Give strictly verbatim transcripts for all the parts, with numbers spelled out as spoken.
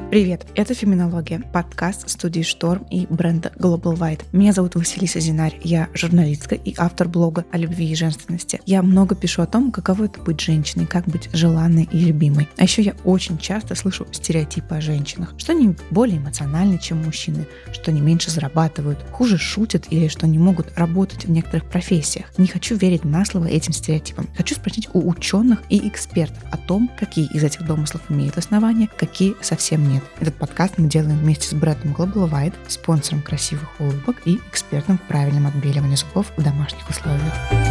Привет, это «Феминология», подкаст студии «Шторм» и бренда Global White. Меня зовут Василиса Зинарь, я журналистка и автор блога о любви и женственности. Я много пишу о том, каково это быть женщиной, как быть желанной и любимой. А еще я очень часто слышу стереотипы о женщинах, что они более эмоциональны, чем мужчины, что они меньше зарабатывают, хуже шутят или что не могут работать в некоторых профессиях. Не хочу верить на слово этим стереотипам. Хочу спросить у ученых и экспертов о том, какие из этих домыслов имеют основания, какие совсем нет. Этот подкаст мы делаем вместе с брендом Global White, спонсором красивых улыбок и экспертом в правильном отбеливании зубов в домашних условиях.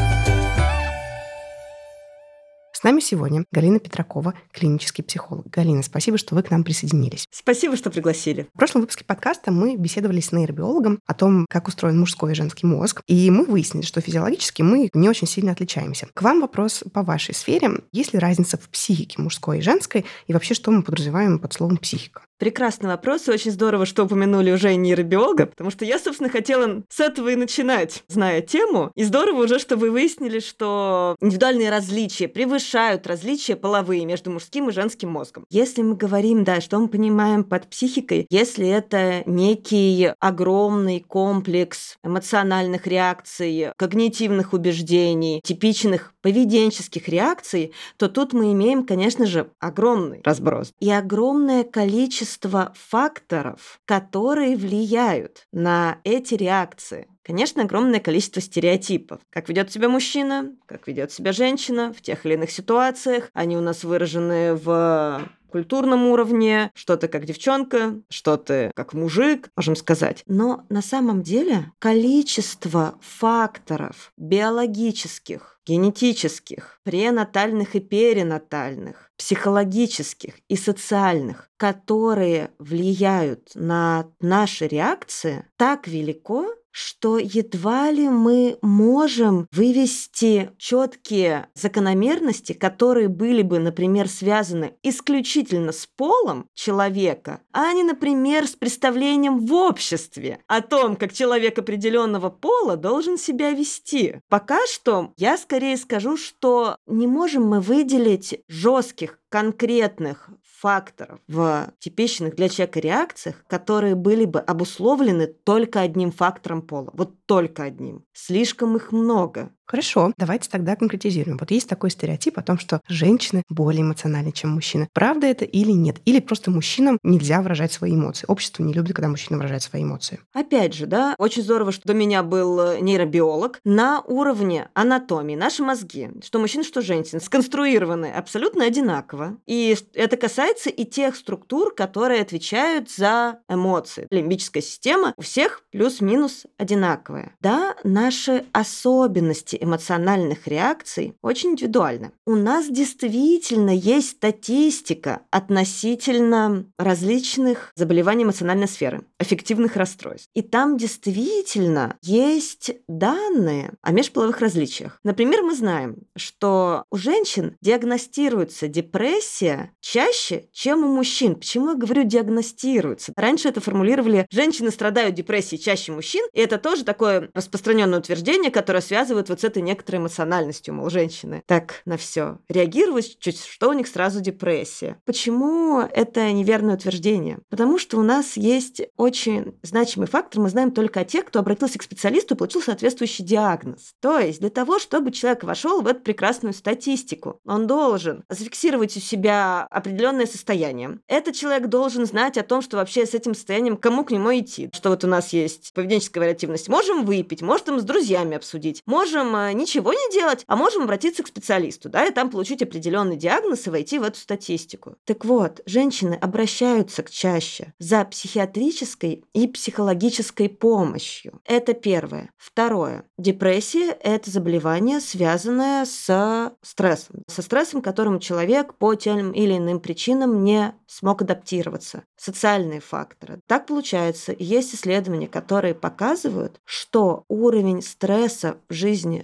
С нами сегодня Галина Петракова, клинический психолог. Галина, спасибо, что вы к нам присоединились. Спасибо, что пригласили. В прошлом выпуске подкаста мы беседовали с нейробиологом о том, как устроен мужской и женский мозг, и мы выяснили, что физиологически мы не очень сильно отличаемся. К вам вопрос по вашей сфере. Есть ли разница в психике мужской и женской, и вообще, что мы подразумеваем под словом «психика»? Прекрасный вопрос, и очень здорово, что упомянули уже нейробиолога, потому что я, собственно, хотела с этого и начинать, зная тему. И здорово уже, что вы выяснили, что индивидуальные различия превышают различия половые между мужским и женским мозгом. Если мы говорим, да, что мы понимаем под психикой, если это некий огромный комплекс эмоциональных реакций, когнитивных убеждений, типичных поведенческих реакций, то тут мы имеем, конечно же, огромный разброс и огромное количество факторов, которые влияют на эти реакции. Конечно, огромное количество стереотипов. Как ведет себя мужчина, как ведет себя женщина в тех или иных ситуациях. Они у нас выражены в культурном уровне, что-то как девчонка, что-то как мужик, можем сказать. Но на самом деле количество факторов биологических, генетических, пренатальных и перинатальных, психологических и социальных, которые влияют на наши реакции, так велико, что едва ли мы можем вывести четкие закономерности, которые были бы, например, связаны исключительно с полом человека, а не, например, с представлением в обществе о том, как человек определенного пола должен себя вести. Пока что я скорее скажу, что не можем мы выделить жестких, конкретных факторов в типичных для человека реакциях, которые были бы обусловлены только одним фактором пола. Вот только одним. Слишком их много. Хорошо, давайте тогда конкретизируем. Вот есть такой стереотип о том, что женщины более эмоциональны, чем мужчины. Правда это или нет? Или просто мужчинам нельзя выражать свои эмоции? Общество не любит, когда мужчина выражает свои эмоции. Опять же, да, очень здорово, что до меня был нейробиолог. На уровне анатомии наши мозги, что мужчин, что женщин, сконструированы абсолютно одинаково. И это касается и тех структур, которые отвечают за эмоции. Лимбическая система у всех плюс-минус одинаковая. Да, наши особенности эмоциональных реакций очень индивидуальны. У нас действительно есть статистика относительно различных заболеваний эмоциональной сферы, аффективных расстройств. И там действительно есть данные о межполовых различиях. Например, мы знаем, что у женщин диагностируется депрессия чаще, чем у мужчин. Почему я говорю диагностируется? Раньше это формулировали: женщины страдают депрессией чаще мужчин, и это тоже такое распространенное утверждение, которое связывают вот с этой некоторой эмоциональностью, мол, женщины так на все реагировать, чуть что у них сразу депрессия. Почему это неверное утверждение? Потому что у нас есть очень значимый фактор, мы знаем только о тех, кто обратился к специалисту и получил соответствующий диагноз. То есть для того, чтобы человек вошел в эту прекрасную статистику, он должен зафиксировать у себя определенное состояние. Этот человек должен знать о том, что вообще с этим состоянием кому к нему идти. Что вот у нас есть поведенческая вариативность. Можем выпить, можем с друзьями обсудить, можем ничего не делать, а можем обратиться к специалисту, да, и там получить определенный диагноз и войти в эту статистику. Так вот, женщины обращаются к чаще за психиатрической и психологической помощью. Это первое. Второе. Депрессия – это заболевание, связанное с стрессом. Со стрессом, к которому человек по тем или иным причинам не смог адаптироваться. Социальные факторы. Так получается, есть исследования, которые показывают, что уровень стресса в жизни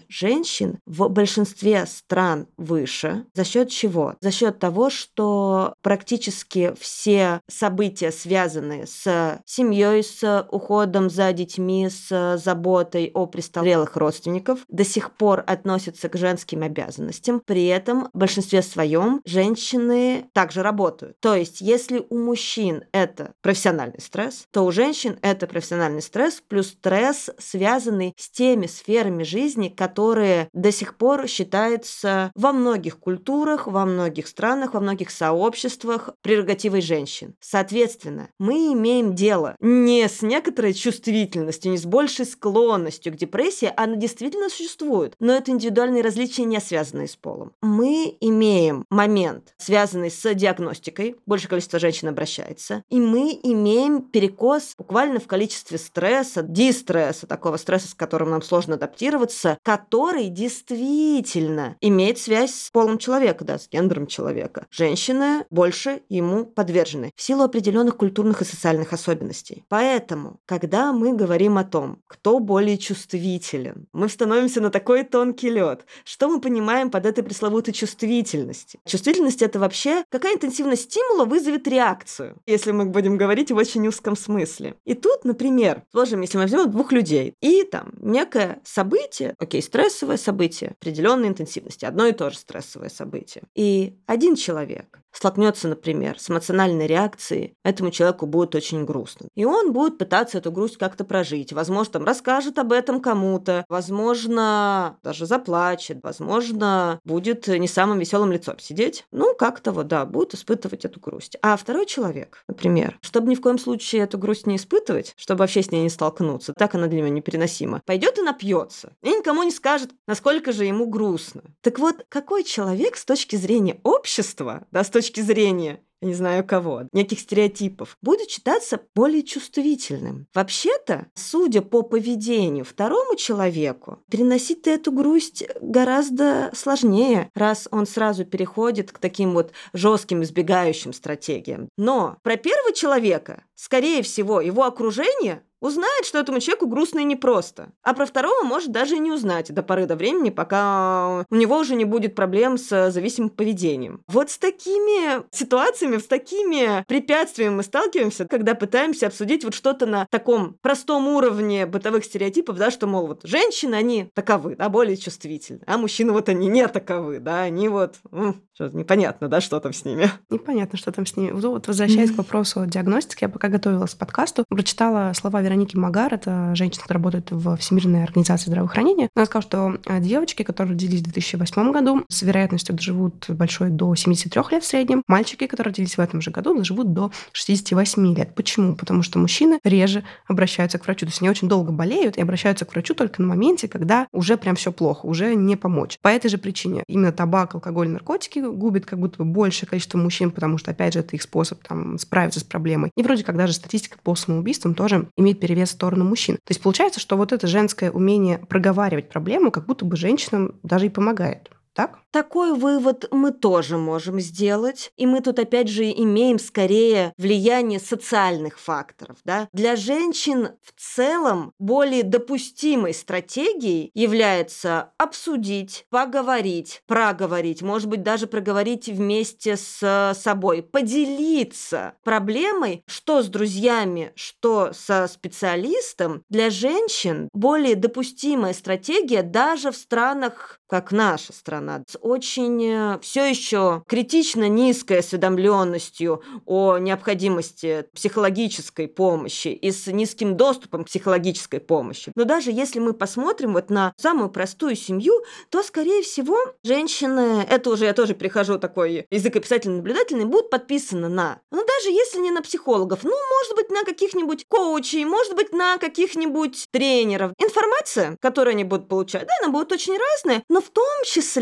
уровня женщин в большинстве стран выше. За счет чего? За счет того, что практически все события, связанные с семьей, с уходом за детьми, с заботой о престарелых родственников, до сих пор относятся к женским обязанностям. При этом в большинстве своем женщины также работают. То есть, если у мужчин это профессиональный стресс, то у женщин это профессиональный стресс плюс стресс, связанный с теми сферами жизни, которые до сих пор считаются во многих культурах, во многих странах, во многих сообществах прерогативой женщин. Соответственно, мы имеем дело не с некоторой чувствительностью, не с большей склонностью к депрессии, она действительно существует, но это индивидуальные различия, не связанные с полом. Мы имеем момент, связанный с диагностикой, большее количество женщин обращается, и мы имеем перекос буквально в количестве стресса, дистресса, такого стресса, с которым нам сложно адаптироваться, который действительно имеет связь с полом человека, да, с гендером человека. Женщины больше ему подвержены в силу определенных культурных и социальных особенностей. Поэтому, когда мы говорим о том, кто более чувствителен, мы становимся на такой тонкий лед. Что мы понимаем под этой пресловутой чувствительностью? Чувствительность — это вообще какая интенсивность стимула вызовет реакцию, если мы будем говорить в очень узком смысле. И тут, например, сложим, если мы возьмем двух людей, и там некое событие, окей, стрессовое событие определенной интенсивности, одно и то же стрессовое событие. И один человек столкнется, например, с эмоциональной реакцией, этому человеку будет очень грустно. И он будет пытаться эту грусть как-то прожить. Возможно, там расскажет об этом кому-то, возможно, даже заплачет, возможно, будет не самым веселым лицом сидеть. Ну, как-то вот, да, будет испытывать эту грусть. А второй человек, например, чтобы ни в коем случае эту грусть не испытывать, чтобы вообще с ней не столкнуться, так она для него непереносима, пойдет и напьется, и никому не скажет, насколько же ему грустно. Так вот, какой человек с точки зрения общества, да, с точки зрения, я не знаю кого, неких стереотипов, будет считаться более чувствительным. Вообще-то, судя по поведению второму человеку, переносить эту грусть гораздо сложнее, раз он сразу переходит к таким вот жестким избегающим стратегиям. Но про первого человека, скорее всего, его окружение узнает, что этому человеку грустно и непросто. А про второго может даже и не узнать до поры до времени, пока у него уже не будет проблем с зависимым поведением. Вот с такими ситуациями, с такими препятствиями мы сталкиваемся, когда пытаемся обсудить вот что-то на таком простом уровне бытовых стереотипов, да, что, мол, вот женщины, они таковы, да, более чувствительны, а мужчины вот они не таковы, да, они вот, м, что-то непонятно, да, что там с ними. Непонятно, что там с ними. Вот, возвращаясь mm-hmm. к вопросу диагностики, я пока готовилась к подкасту, прочитала слова Вероники Магар, это женщина, которая работает в Всемирной организации здравоохранения. Она сказала, что девочки, которые родились в две тысячи восьмом году, с вероятностью доживут большой до семидесяти трёх лет в среднем. Мальчики, которые родились в этом же году, доживут до шестидесяти восьми лет. Почему? Потому что мужчины реже обращаются к врачу. То есть они очень долго болеют и обращаются к врачу только на моменте, когда уже прям все плохо, уже не помочь. По этой же причине именно табак, алкоголь, наркотики губят как будто бы большее количество мужчин, потому что, опять же, это их способ там справиться с проблемой. И вроде как даже статистика по самоубийствам тоже имеет перевес в сторону мужчин. То есть получается, что вот это женское умение проговаривать проблему как будто бы женщинам даже и помогает. Так? Такой вывод мы тоже можем сделать. И мы тут, опять же, имеем скорее влияние социальных факторов. Да? Для женщин в целом более допустимой стратегией является обсудить, поговорить, проговорить, может быть, даже проговорить вместе с собой, поделиться проблемой, что с друзьями, что со специалистом. Для женщин более допустимая стратегия даже в странах, как наша страна, с очень все еще критично низкой осведомленностью о необходимости психологической помощи и с низким доступом к психологической помощи. Но даже если мы посмотрим вот на самую простую семью, то, скорее всего, женщины, это уже я тоже перехожу такой языкописательно-наблюдательный, будут подписаны на, ну даже если не на психологов, ну, может быть, на каких-нибудь коучей, может быть, на каких-нибудь тренеров. Информация, которую они будут получать, да, она будет очень разная, но в том числе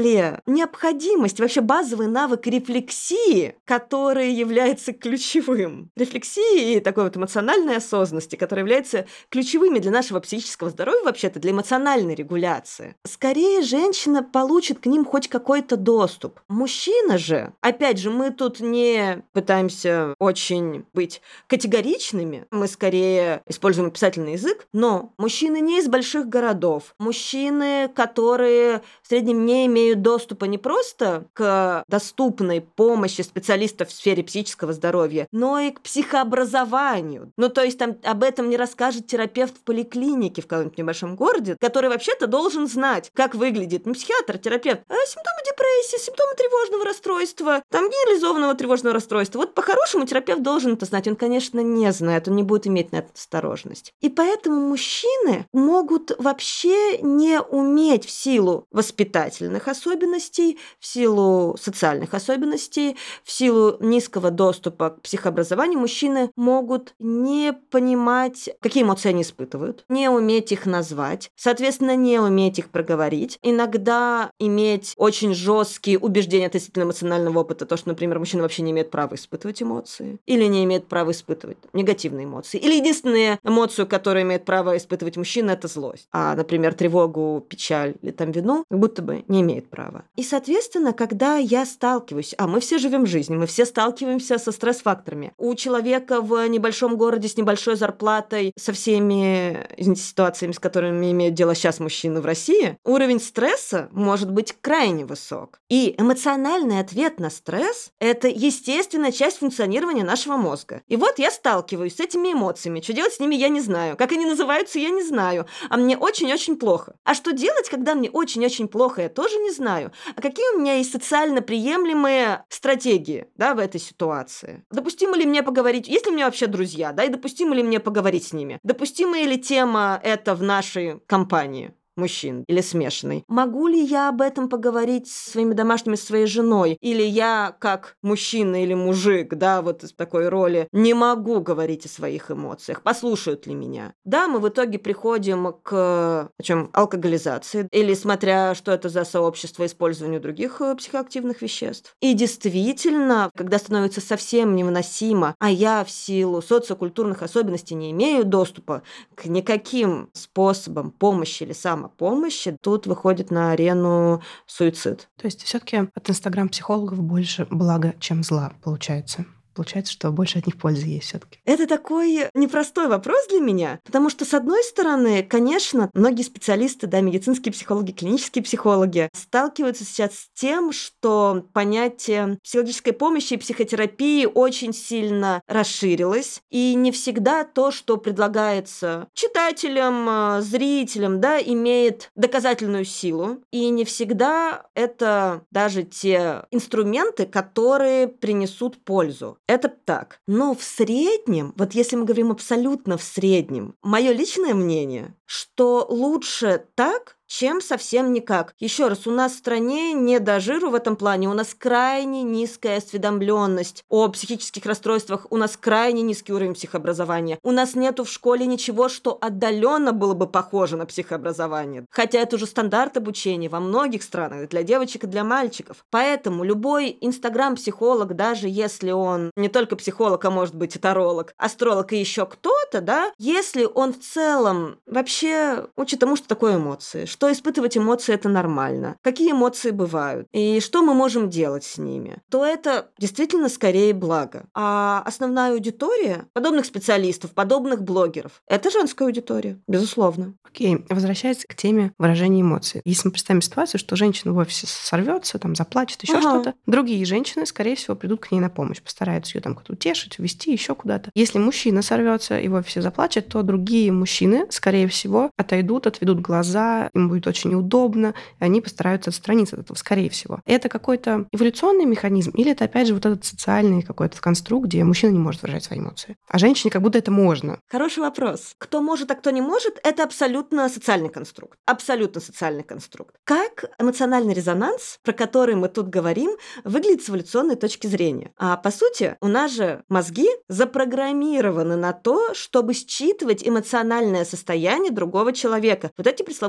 скорее необходимость, вообще базовый навык рефлексии, который является ключевым. Рефлексии и такой вот эмоциональной осознанности, которая является ключевыми для нашего психического здоровья, вообще-то для эмоциональной регуляции. Скорее, женщина получит к ним хоть какой-то доступ. Мужчина же, опять же, мы тут не пытаемся очень быть категоричными, мы скорее используем описательный язык, но мужчины не из больших городов, мужчины, которые в среднем не имеют доступа не просто к доступной помощи специалистов в сфере психического здоровья, но и к психообразованию. Ну, то есть там об этом не расскажет терапевт в поликлинике в каком-нибудь небольшом городе, который вообще-то должен знать, как выглядит не психиатр, а терапевт, а симптомы депрессии, симптомы тревожного расстройства, там генерализованного тревожного расстройства. Вот по-хорошему терапевт должен это знать. Он, конечно, не знает, он не будет иметь на это осторожность. И поэтому мужчины могут вообще не уметь в силу воспитательных особенностей, в силу социальных особенностей, в силу низкого доступа к психообразованию, мужчины могут не понимать, какие эмоции они испытывают, не уметь их назвать, соответственно, не уметь их проговорить, иногда иметь очень жесткие убеждения относительно эмоционального опыта, то, что, например, мужчина вообще не имеет права испытывать эмоции, или не имеет права испытывать негативные эмоции, или единственная эмоцию, которую имеет право испытывать мужчина, это злость, а, например, тревогу, печаль или там вину, как будто бы не имеет права. И, соответственно, когда я сталкиваюсь, а мы все живем жизнью, мы все сталкиваемся со стресс-факторами. У человека в небольшом городе с небольшой зарплатой, со всеми, извините, ситуациями, с которыми имеют дело сейчас мужчины в России, уровень стресса может быть крайне высок. И эмоциональный ответ на стресс – это естественная часть функционирования нашего мозга. И вот я сталкиваюсь с этими эмоциями. Что делать с ними, я не знаю. Как они называются, я не знаю. А мне очень-очень плохо. А что делать, когда мне очень-очень плохо, я тоже не знаю. А какие у меня есть социально приемлемые стратегии, да, в этой ситуации? Допустимо ли мне поговорить, есть ли у меня вообще друзья, да, и допустимо ли мне поговорить с ними? Допустима ли тема это в нашей компании? Мужчин или смешанный. Могу ли я об этом поговорить с своими домашними, с своей женой? Или я, как мужчина или мужик, да, вот из такой роли, не могу говорить о своих эмоциях? Послушают ли меня? Да, мы в итоге приходим к о чем? Алкоголизации, или смотря, что это за сообщество, использованию других психоактивных веществ. И действительно, когда становится совсем невыносимо, а я в силу социокультурных особенностей не имею доступа к никаким способам помощи или самопомощи, помощи, тут выходит на арену суицид. То есть все-таки от инстаграм-психологов больше блага, чем зла, получается. Получается, что больше от них пользы есть все-таки. Это такой непростой вопрос для меня, потому что, с одной стороны, конечно, многие специалисты, да, медицинские психологи, клинические психологи сталкиваются сейчас с тем, что понятие психологической помощи и психотерапии очень сильно расширилось, и не всегда то, что предлагается читателям, зрителям, да, имеет доказательную силу, и не всегда это даже те инструменты, которые принесут пользу. Это так. Но в среднем, вот если мы говорим абсолютно в среднем, мое личное мнение, что лучше так, чем совсем никак. Еще раз, у нас в стране не до жиру в этом плане, у нас крайне низкая осведомленность о психических расстройствах, у нас крайне низкий уровень психообразования. У нас нету в школе ничего, что отдаленно было бы похоже на психообразование. Хотя это уже стандарт обучения во многих странах, для девочек и для мальчиков. Поэтому любой инстаграм-психолог, даже если он не только психолог, а может быть и таролог, астролог и еще кто-то, да, если он в целом вообще учит тому, что такое эмоции, что испытывать эмоции – это нормально, какие эмоции бывают, и что мы можем делать с ними, то это действительно скорее благо. А основная аудитория подобных специалистов, подобных блогеров – это женская аудитория, безусловно. Окей, возвращаясь к теме выражения эмоций. Если мы представим ситуацию, что женщина в офисе сорвется, там заплачет, еще ага. что-то, другие женщины, скорее всего, придут к ней на помощь, постараются ее там как-то утешить, увести, еще куда-то. Если мужчина сорвется и в офисе заплачет, то другие мужчины, скорее всего, отойдут, отведут глаза, им будет очень неудобно, и они постараются отстраниться от этого, скорее всего. Это какой-то эволюционный механизм, или это, опять же, вот этот социальный какой-то конструкт, где мужчина не может выражать свои эмоции, а женщине как будто это можно? Хороший вопрос. Кто может, а кто не может, это абсолютно социальный конструкт. Абсолютно социальный конструкт. Как эмоциональный резонанс, про который мы тут говорим, выглядит с эволюционной точки зрения? А по сути, у нас же мозги запрограммированы на то, чтобы считывать эмоциональное состояние другого человека. Вот эти пресловутые зеркальные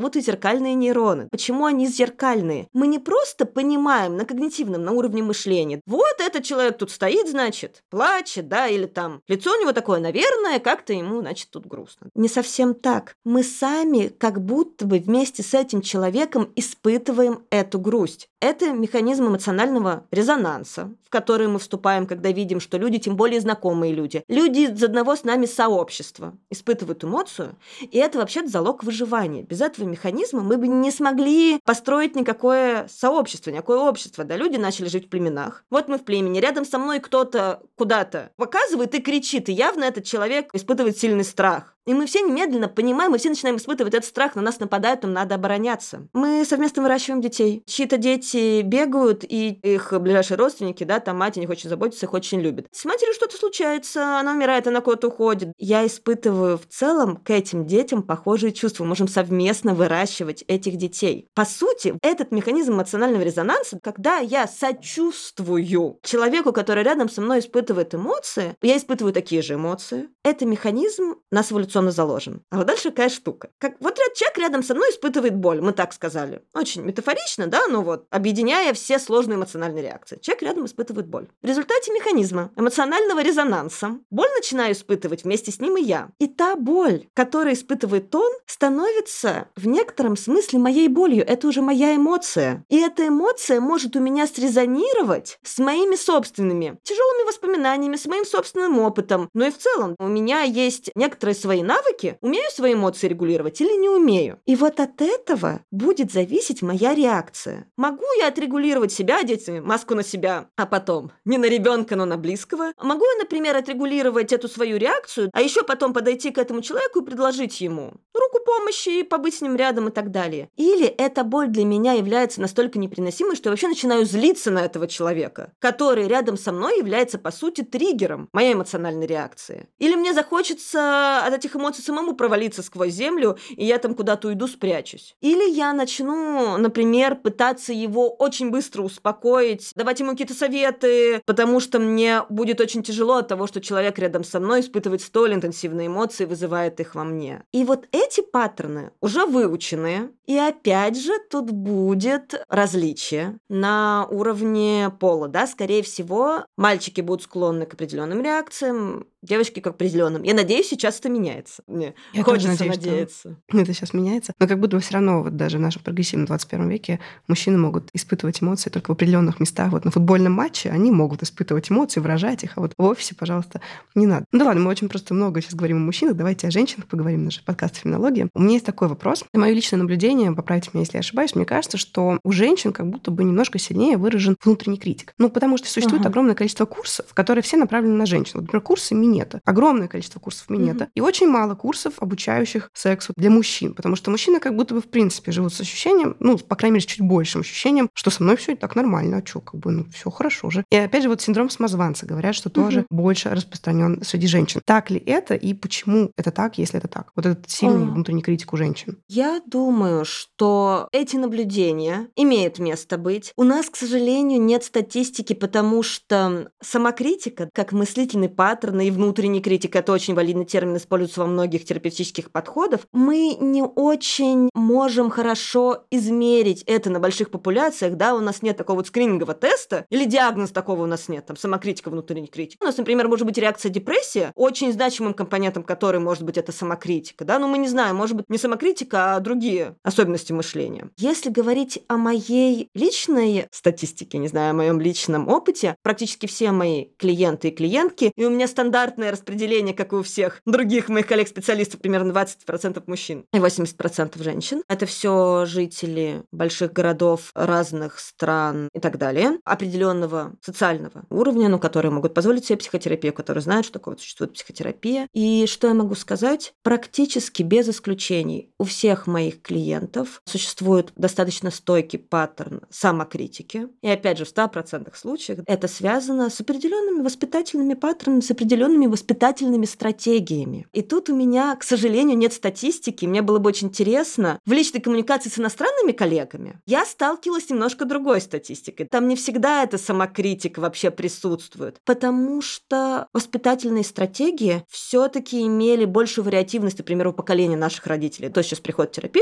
зеркальные нейроны. Почему они зеркальные? Мы не просто понимаем на когнитивном, на уровне мышления. Вот этот человек тут стоит, значит, плачет, да, или там лицо у него такое, наверное, как-то ему, значит, тут грустно. Не совсем так. Мы сами как будто бы вместе с этим человеком испытываем эту грусть. Это механизм эмоционального резонанса, в который мы вступаем, когда видим, что люди, тем более знакомые люди, люди из одного с нами сообщества, испытывают эмоцию, и это вообще залог выживания. Без этого механизма мы бы не смогли построить никакое сообщество, никакое общество. Да, люди начали жить в племенах. Вот мы в племени, рядом со мной кто-то куда-то показывает и кричит, и явно этот человек испытывает сильный страх. И мы все немедленно понимаем, мы все начинаем испытывать этот страх, на нас нападают, нам надо обороняться. Мы совместно выращиваем детей. Чьи-то дети бегают, и их ближайшие родственники, да, там мать о них очень заботится, их очень любит. С матерью что-то случается, она умирает, она куда-то уходит. Я испытываю в целом к этим детям похожие чувства. Мы можем совместно выращивать этих детей. По сути, этот механизм эмоционального резонанса, когда я сочувствую человеку, который рядом со мной испытывает эмоции, я испытываю такие же эмоции. Это механизм нас эволюционно заложен. А вот дальше какая штука. Как вот человек рядом со мной испытывает боль, мы так сказали. Очень метафорично, да, но вот, объединяя все сложные эмоциональные реакции. Человек рядом испытывает боль. В результате механизма эмоционального резонанса боль начинаю испытывать вместе с ним и я. И та боль, которую испытывает он, становится в некотором смысле моей болью. Это уже моя эмоция. И эта эмоция может у меня срезонировать с моими собственными тяжелыми воспоминаниями, с моим собственным опытом. Но и в целом у меня есть некоторые свои навыки, умею свои эмоции регулировать или не умею. И вот от этого будет зависеть моя реакция. Могу я отрегулировать себя, одеть маску на себя, а потом не на ребенка, но на близкого? Могу я, например, отрегулировать эту свою реакцию, а еще потом подойти к этому человеку и предложить ему руку помощи, побыть с ним рядом и так далее? Или эта боль для меня является настолько неприносимой, что я вообще начинаю злиться на этого человека, который рядом со мной является, по сути, триггером моей эмоциональной реакции? Или мне захочется от этих эмоций самому провалиться сквозь землю, и я там куда-то уйду, спрячусь? Или я начну, например, пытаться его очень быстро успокоить, давать ему какие-то советы, потому что мне будет очень тяжело от того, что человек рядом со мной испытывает столь интенсивные эмоции, вызывает их во мне. И вот эти паттерны уже выученные, и опять же тут будет различие на уровне пола, да, скорее всего, мальчики будут склонны к определенным реакциям, девочки к определенным. Я надеюсь, сейчас это меняется. Мне Я хочется тоже надеюсь, надеяться. что это сейчас меняется. Но как будто бы все равно вот даже в нашем прогрессивном двадцать первом веке мужчины могут испытывать эмоции только в определенных местах. Вот на футбольном матче они могут испытывать эмоции, выражать их, а вот в офисе, пожалуйста, не надо. Ну да ладно, мы очень просто много сейчас говорим о мужчинах, давайте о женщинах поговорим, наш подкаст «Феминология». У меня есть такой вопрос. Мое личное наблюдение, поправьте меня, если я ошибаюсь, мне кажется, что у женщин как будто бы немножко сильнее выражен внутренний критик. Ну, потому что существует Ага. огромное количество курсов, которые все направлены на женщин. Вот, например, курсы Минета. Огромное количество курсов Минета. Мгм. И очень мало курсов, обучающих сексу для мужчин. Потому что мужчины как будто бы в принципе живут с ощущением, ну, по крайней мере, с чуть большим ощущением, что со мной все так нормально, а что, как бы, ну, все хорошо же. И опять же, вот синдром самозванца, говорят, что тоже Мгм. больше распространен среди женщин. Так ли это и почему это так, если это так? Вот этот сильный А. внутренний критик у женщин. Я думаю, что эти наблюдения имеют место быть. У нас, к сожалению, нет статистики, потому что самокритика, как мыслительный паттерн и внутренний критик, это очень валидный термин, используется во многих терапевтических подходах, мы не очень можем хорошо измерить это на больших популяциях, да, у нас нет такого вот скринингового теста, или диагноз такого у нас нет, там, самокритика, внутренний критик. У нас, например, может быть реакция депрессия, очень значимым компонентом которой может быть это самокритика, да, но мы не знаем, может быть не самокритика, а другие особенности мышления. Если говорить о моей личной статистике, не знаю, о моем личном опыте, практически все мои клиенты и клиентки, и у меня стандартное распределение, как и у всех других моих коллег-специалистов, примерно двадцать процентов мужчин и восемьдесят процентов женщин. Это все жители больших городов, разных стран и так далее, определенного социального уровня, ну, которые могут позволить себе психотерапию, которые знают, что такое существует психотерапия. И что я могу сказать? Практически без исключений у всех моих клиентов существует достаточно стойкий паттерн самокритики. И опять же, в ста процентах случаев это связано с определенными воспитательными паттернами, с определенными воспитательными стратегиями. И тут у меня, к сожалению, нет статистики. Мне было бы очень интересно. В личной коммуникации с иностранными коллегами я сталкивалась с немножко другой статистикой. Там не всегда эта самокритика вообще присутствует, потому что воспитательные стратегии все-таки имели большую вариативность, например, у поколения наших родителей. То, сейчас приходит терапия,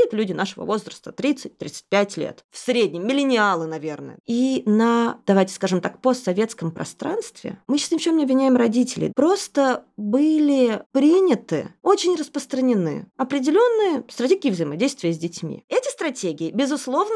это люди нашего возраста, тридцать-тридцать пять лет. В среднем, миллениалы, наверное. И на, давайте скажем так, постсоветском пространстве, мы сейчас ни в чем не обвиняем родителей, просто были приняты, очень распространены определенные стратегии взаимодействия с детьми. Эти стратегии, безусловно,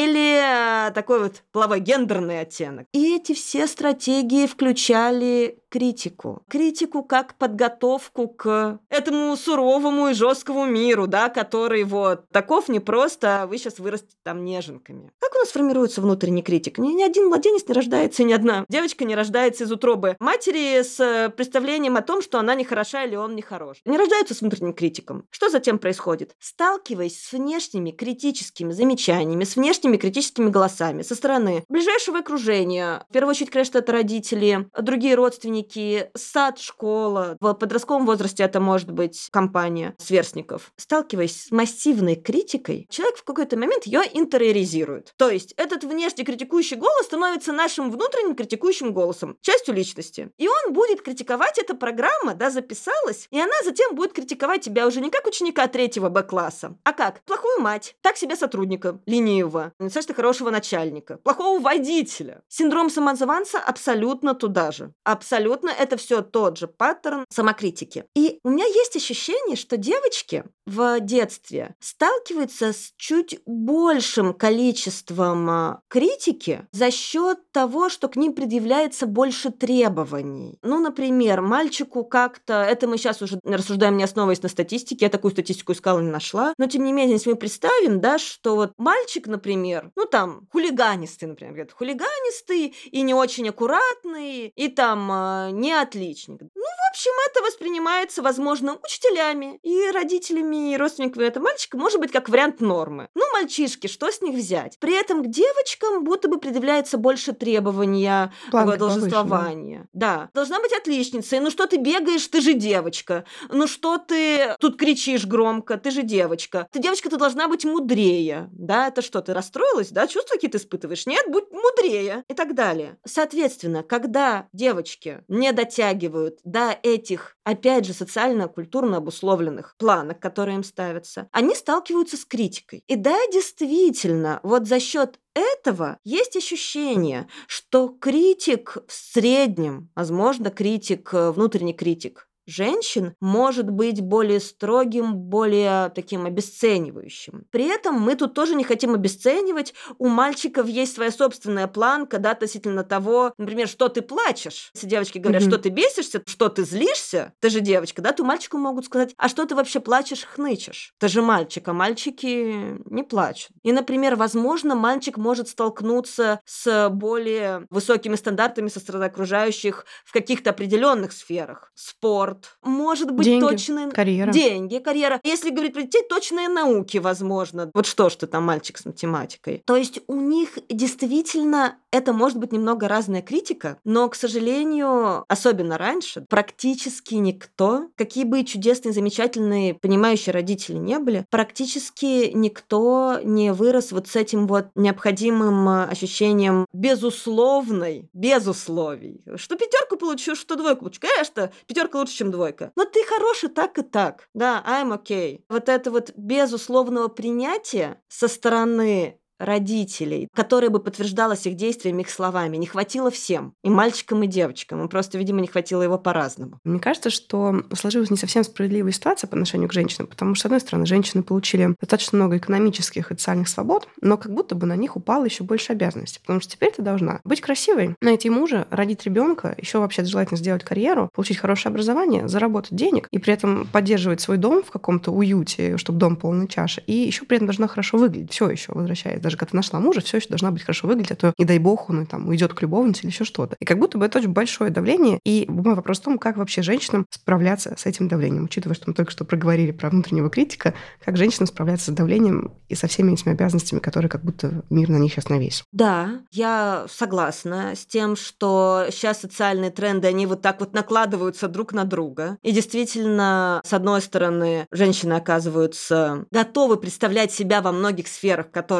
имели такой вот половой гендерный оттенок. И эти все стратегии включали критику. Критику как подготовку к этому суровому и жесткому миру, да, который вот таков не просто, а вы сейчас вырастете там неженками. Как у нас формируется внутренний критик? Ни, ни один младенец не рождается, ни одна девочка не рождается из утробы матери с представлением о том, что она не хороша или он не хорош. Не рождаются с внутренним критиком. Что затем происходит? Сталкиваясь с внешними критическими замечаниями, с внешними критическими голосами со стороны ближайшего окружения, в первую очередь, конечно, это родители, другие родственники, сад, школа. В подростковом возрасте это может быть компания сверстников. Сталкиваясь с массивной критикой, человек в какой-то момент ее интериоризирует. То есть этот внешне критикующий голос становится нашим внутренним критикующим голосом, частью личности. И он будет критиковать, эта программа, да, записалась, и она затем будет критиковать тебя уже не как ученика третьего Б-класса, а как плохую мать, так себя сотрудника, ленивого, недостаточно хорошего начальника, плохого водителя. Синдром самозванца абсолютно туда же. Абсолютно это все тот же паттерн самокритики. И у меня есть ощущение, что девочки в детстве сталкиваются с чуть большим количеством критики за счет того, что к ним предъявляется больше требований. Ну, например, мальчику как-то, это мы сейчас уже рассуждаем, не основываясь на статистике, я такую статистику искала, не нашла, но тем не менее, если мы представим, да, что вот мальчик, например, ну там, хулиганистый, например, говорят, хулиганистый и не очень аккуратный, и там не отличник. Ну, в общем, это воспринимается, возможно, учителями и родителями, и родственниками этого мальчика, может быть, как вариант нормы. Ну, мальчишки, что с них взять? При этом к девочкам будто бы предъявляется больше требования Планка должествования. повыше, да. да. Должна быть отличницей. Ну, что ты бегаешь, ты же девочка. Ну, что ты тут кричишь громко, ты же девочка. Ты девочка, ты должна быть мудрее. Да, это что, ты расстроилась? Да, чувства какие-то испытываешь? Нет, будь мудрее. И так далее. Соответственно, когда девочки не дотягивают до этих, опять же, социально-культурно обусловленных планок, которые им ставятся, они сталкиваются с критикой. И да, действительно, вот за счет этого есть ощущение, что критик в среднем, возможно, критик, внутренний критик женщин может быть более строгим, более таким обесценивающим. При этом мы тут тоже не хотим обесценивать. У мальчиков есть своя собственная планка, да, относительно того, например, что ты плачешь. Если девочки говорят, mm-hmm. что ты бесишься, что ты злишься, ты же девочка, да, то мальчику могут сказать, а что ты вообще плачешь, хнычешь? Ты же мальчик, а мальчики не плачут. И, например, возможно, мальчик может столкнуться с более высокими стандартами со стороны окружающих в каких-то определенных сферах. Спорт, может быть, деньги, точные... карьера. Деньги, карьера. Если говорить про детей, точные науки, возможно. Вот что ж ты там, мальчик с математикой. То есть у них действительно это может быть немного разная критика, но, к сожалению, особенно раньше, практически никто, какие бы чудесные, замечательные, понимающие родители не были, практически никто не вырос вот с этим вот необходимым ощущением безусловной, без условий. Что пятерку получу, что двойку получу. Конечно, пятерка лучше, чем двойка. Но ты хороший так и так. Да, I'm okay. Вот это вот безусловного принятия со стороны родителей, которое бы подтверждалось их действиями, их словами, не хватило всем. И мальчикам, и девочкам. Им просто, видимо, не хватило его по-разному. Мне кажется, что сложилась не совсем справедливая ситуация по отношению к женщинам, потому что, с одной стороны, женщины получили достаточно много экономических и социальных свобод, но как будто бы на них упало еще больше обязанностей, потому что теперь ты должна быть красивой, найти мужа, родить ребенка, еще вообще желательно сделать карьеру, получить хорошее образование, заработать денег и при этом поддерживать свой дом в каком-то уюте, чтобы дом полный чаши, и еще при этом должна хорошо выглядеть. Все еще возвращаясь. Даже когда ты нашла мужа, все еще должна быть хорошо выглядеть, а то, не дай бог, он там уйдет к любовнице или еще что-то. И как будто бы это очень большое давление. И мой вопрос в том, как вообще женщинам справляться с этим давлением, учитывая, что мы только что проговорили про внутреннего критика, как женщинам справляться с давлением и со всеми этими обязанностями, которые как будто мир на них сейчас навесил. Да, я согласна с тем, что сейчас социальные тренды, они вот так вот накладываются друг на друга. И действительно, с одной стороны, женщины оказываются готовы представлять себя во многих сферах, которых раньше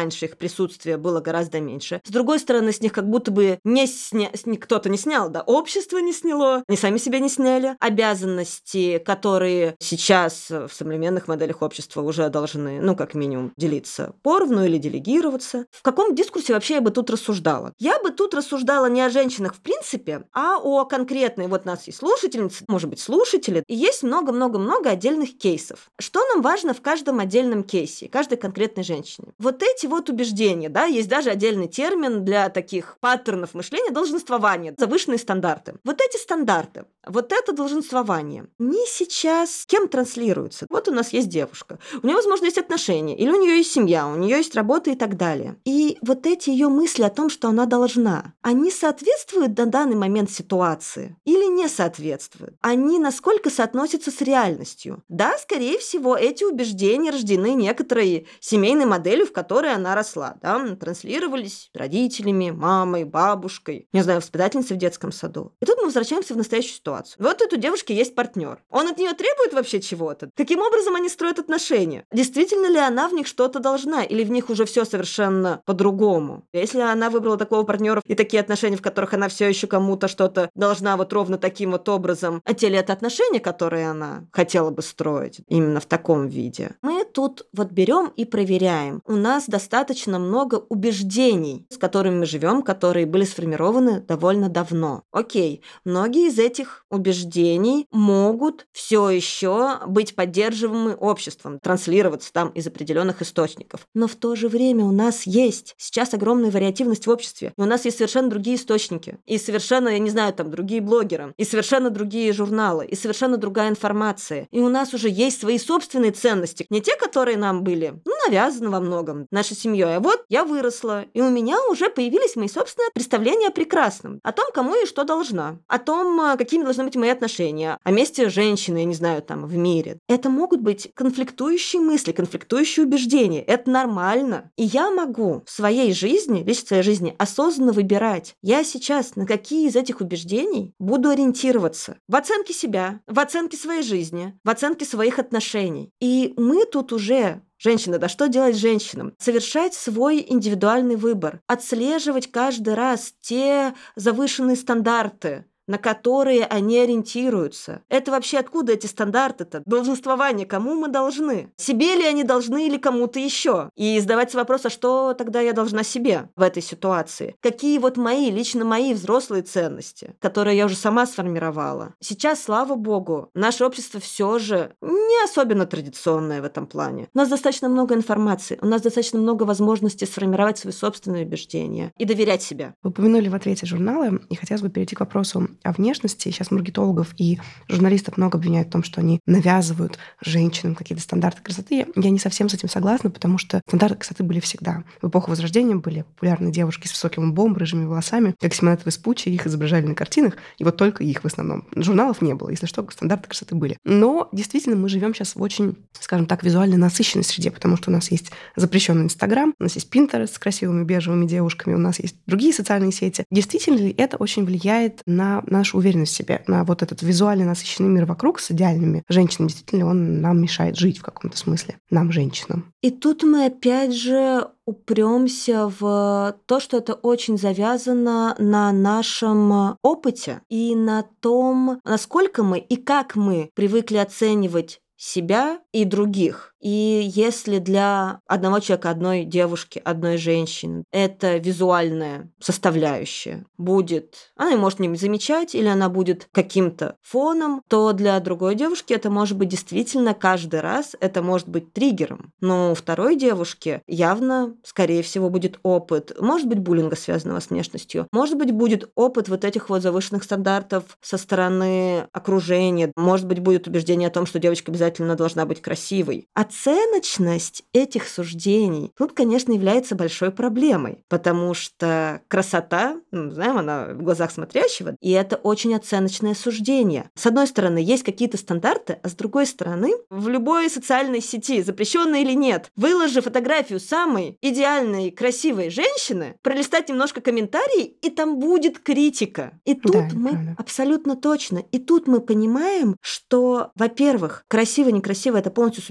раньше их присутствие было гораздо меньше. С другой стороны, с них как будто бы не сня... кто-то не снял, да, общество не сняло, они сами себя не сняли. Обязанности, которые сейчас в современных моделях общества уже должны, ну, как минимум, делиться поровну или делегироваться. В каком дискурсе вообще я бы тут рассуждала? Я бы тут рассуждала не о женщинах в принципе, а о конкретной, вот у нас есть слушательницы, может быть, слушатели, и есть много-много-много отдельных кейсов. Что нам важно в каждом отдельном кейсе, каждой конкретной женщине? Вот эти вот убеждения, да, есть даже отдельный термин для таких паттернов мышления — долженствование, завышенные стандарты. Вот эти стандарты, вот это долженствование не сейчас кем транслируется. Вот у нас есть девушка, у нее, возможно, есть отношения, или у нее есть семья, у нее есть работа и так далее. И вот эти ее мысли о том, что она должна, они соответствуют на данный момент ситуации или не соответствуют? Они насколько соотносятся с реальностью? Да, скорее всего, эти убеждения рождены некоторой семейной моделью, в которой она росла, да, транслировались родителями, мамой, бабушкой, не знаю, воспитательницей в детском саду. И тут мы возвращаемся в настоящую ситуацию. Вот у девушки есть партнер. Он от нее требует вообще чего-то? Каким образом они строят отношения? Действительно ли она в них что-то должна? Или в них уже все совершенно по-другому? Если она выбрала такого партнера и такие отношения, в которых она все еще кому-то что-то должна вот ровно таким вот образом, а те ли это отношения, которые она хотела бы строить именно в таком виде? Мы тут вот берем и проверяем. У нас достаточно много убеждений, с которыми мы живем, которые были сформированы довольно давно. Окей, многие из этих убеждений могут все еще быть поддерживаемы обществом, транслироваться там из определенных источников. Но в то же время у нас есть сейчас огромная вариативность в обществе. И у нас есть совершенно другие источники. И совершенно, я не знаю, там другие блогеры. И совершенно другие журналы. И совершенно другая информация. И у нас уже есть свои собственные ценности. Не те, которые нам были, ну, навязаны во многом нашей семьей. А вот я выросла, и у меня уже появились мои собственные представления о прекрасном. О том, кому и что должна. О том, какими должны быть мои отношения. О месте женщины, я не знаю, там, в мире. Это могут быть конфликтующие мысли, конфликтующие убеждения. Это нормально. И я могу в своей жизни, лично в своей жизни, осознанно выбирать. Я сейчас на какие из этих убеждений буду ориентироваться. В оценке себя, в оценке своей жизни, в оценке своих отношений. И мы тут уже... Женщины, да что делать женщинам? Совершать свой индивидуальный выбор. Отслеживать каждый раз те завышенные стандарты, на которые они ориентируются. Это вообще откуда эти стандарты-то? Долженствование, кому мы должны? Себе ли они должны или кому-то еще? И задавать вопрос, а что тогда я должна себе в этой ситуации? Какие вот мои, лично мои взрослые ценности, которые я уже сама сформировала? Сейчас, слава богу, наше общество все же не особенно традиционное в этом плане. У нас достаточно много информации, у нас достаточно много возможностей сформировать свои собственные убеждения и доверять себе. Вы упомянули в ответе журналы, и хотелось бы перейти к вопросу о внешности. Сейчас маркетологов и журналистов много обвиняют в том, что они навязывают женщинам какие-то стандарты красоты. Я не совсем с этим согласна, потому что стандарты красоты были всегда. В эпоху Возрождения были популярны девушки с высоким лбом, рыжими волосами, как Симонетта Веспуччи, их изображали на картинах, и вот только их в основном. Журналов не было, если что, стандарты красоты были. Но действительно мы живем сейчас в очень, скажем так, визуально насыщенной среде, потому что у нас есть запрещенный Инстаграм, у нас есть Pinterest с красивыми бежевыми девушками, у нас есть другие социальные сети. Действительно ли это очень влияет на нашу уверенность в себе, на вот этот визуально насыщенный мир вокруг с идеальными женщинами? Действительно ли он нам мешает жить в каком-то смысле, нам, женщинам? И тут мы опять же упремся в то, что это очень завязано на нашем опыте и на том, насколько мы и как мы привыкли оценивать себя и других. И если для одного человека, одной девушки, одной женщины это визуальная составляющая будет, она ее может не замечать, или она будет каким-то фоном, то для другой девушки это может быть действительно каждый раз, это может быть триггером. Но у второй девушки явно, скорее всего, будет опыт, может быть, буллинга, связанного с внешностью, может быть, будет опыт вот этих вот завышенных стандартов со стороны окружения, может быть, будет убеждение о том, что девочка обязательно должна быть красивой. Оценочность этих суждений тут, конечно, является большой проблемой, потому что красота, ну, знаем, она в глазах смотрящего, и это очень оценочное суждение. С одной стороны, есть какие-то стандарты, а с другой стороны, в любой социальной сети, запрещенной или нет, выложи фотографию самой идеальной, красивой женщины, пролистать немножко комментарии, и там будет критика. И тут Да, мы правда. абсолютно точно, и тут мы понимаем, что, во-первых, красиво, некрасиво — это полностью субъективные